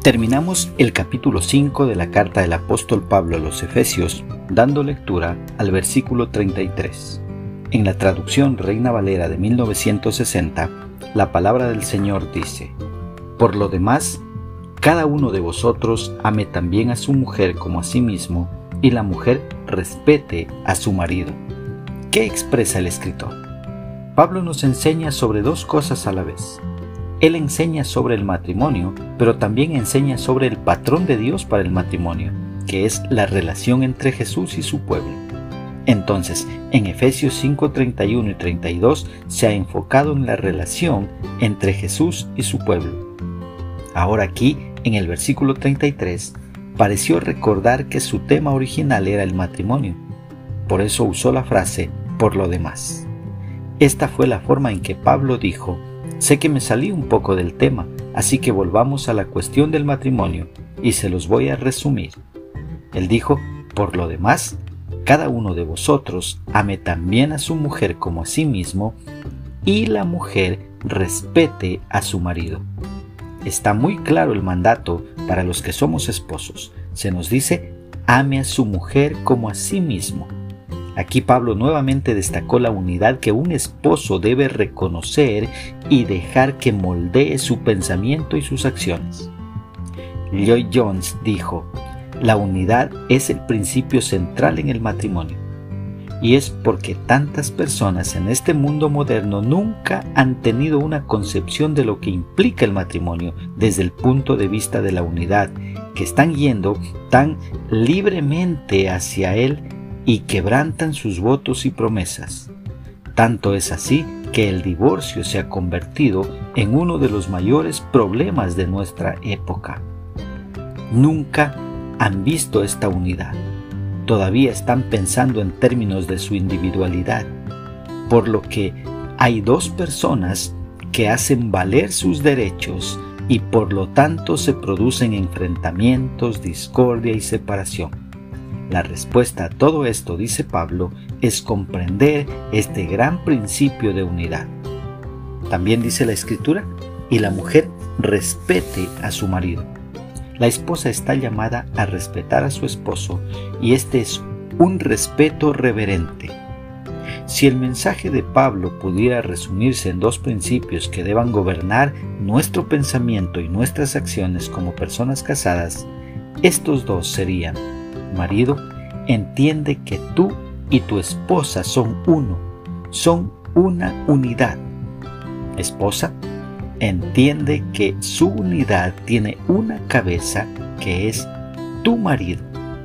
Terminamos el capítulo 5 de la carta del apóstol Pablo a los Efesios dando lectura al versículo 33. En la traducción Reina Valera de 1960, la palabra del Señor dice: Por lo demás, cada uno de vosotros ame también a su mujer como a sí mismo, y la mujer respete a su marido. ¿Qué expresa el escritor? Pablo nos enseña sobre dos cosas a la vez. Él enseña sobre el matrimonio, pero también enseña sobre el patrón de Dios para el matrimonio, que es la relación entre Jesús y su pueblo. Entonces, en Efesios 5:31 y 32 se ha enfocado en la relación entre Jesús y su pueblo. Ahora aquí, en el versículo 33, pareció recordar que su tema original era el matrimonio. Por eso usó la frase "por lo demás". Esta fue la forma en que Pablo dijo: sé que me salí un poco del tema, así que volvamos a la cuestión del matrimonio y se los voy a resumir. Él dijo: por lo demás, cada uno de vosotros ame también a su mujer como a sí mismo, y la mujer respete a su marido. Está muy claro el mandato para los que somos esposos. Se nos dice: ame a su mujer como a sí mismo. Aquí Pablo nuevamente destacó la unidad que un esposo debe reconocer y dejar que moldee su pensamiento y sus acciones. Lloyd Jones dijo: la unidad es el principio central en el matrimonio. Y es porque tantas personas en este mundo moderno nunca han tenido una concepción de lo que implica el matrimonio desde el punto de vista de la unidad, que están yendo tan libremente hacia él y quebrantan sus votos y promesas. Tanto es así que el divorcio se ha convertido en uno de los mayores problemas de nuestra época. Nunca han visto esta unidad. Todavía están pensando en términos de su individualidad, por lo que hay dos personas que hacen valer sus derechos y por lo tanto se producen enfrentamientos, discordia y separación. La respuesta a todo esto, dice Pablo, es comprender este gran principio de unidad. También dice la Escritura: y la mujer respete a su marido. La esposa está llamada a respetar a su esposo, y este es un respeto reverente. Si el mensaje de Pablo pudiera resumirse en dos principios que deban gobernar nuestro pensamiento y nuestras acciones como personas casadas, estos dos serían: marido, entiende que tú y tu esposa son uno, son una unidad. Esposa, entiende que su unidad tiene una cabeza que es tu marido.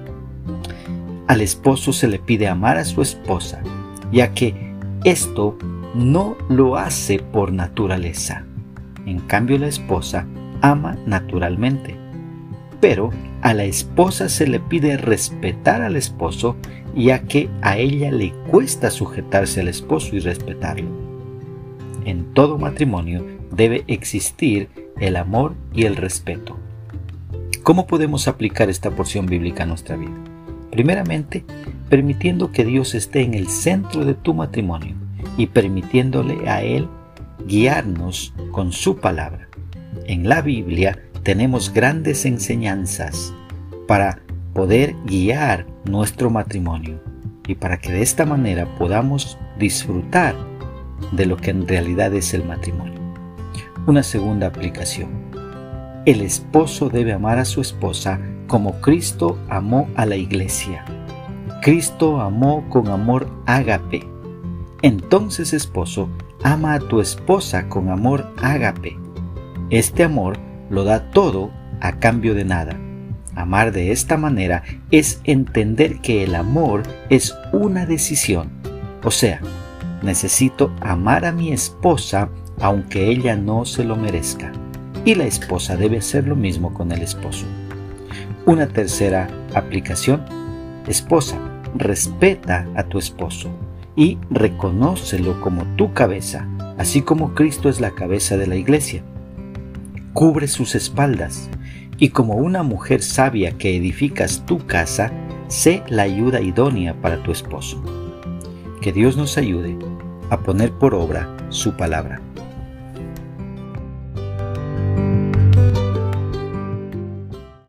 Al esposo se le pide amar a su esposa, ya que esto no lo hace por naturaleza. En cambio, la esposa ama naturalmente. Pero a la esposa se le pide respetar al esposo, ya que a ella le cuesta sujetarse al esposo y respetarlo. En todo matrimonio debe existir el amor y el respeto. ¿Cómo podemos aplicar esta porción bíblica a nuestra vida? Primeramente, permitiendo que Dios esté en el centro de tu matrimonio y permitiéndole a Él guiarnos con su palabra. En la Biblia tenemos grandes enseñanzas para poder guiar nuestro matrimonio y para que de esta manera podamos disfrutar de lo que en realidad es el matrimonio. Una segunda aplicación: el esposo debe amar a su esposa como Cristo amó a la iglesia. Cristo amó con amor ágape. Entonces, esposo, ama a tu esposa con amor ágape. Este amor lo da todo a cambio de nada. Amar de esta manera es entender que el amor es una decisión. O sea, necesito amar a mi esposa aunque ella no se lo merezca. Y la esposa debe hacer lo mismo con el esposo. Una tercera aplicación: esposa, respeta a tu esposo y reconócelo como tu cabeza, así como Cristo es la cabeza de la iglesia. Cubre sus espaldas, y como una mujer sabia que edificas tu casa, sé la ayuda idónea para tu esposo. Que Dios nos ayude a poner por obra su palabra.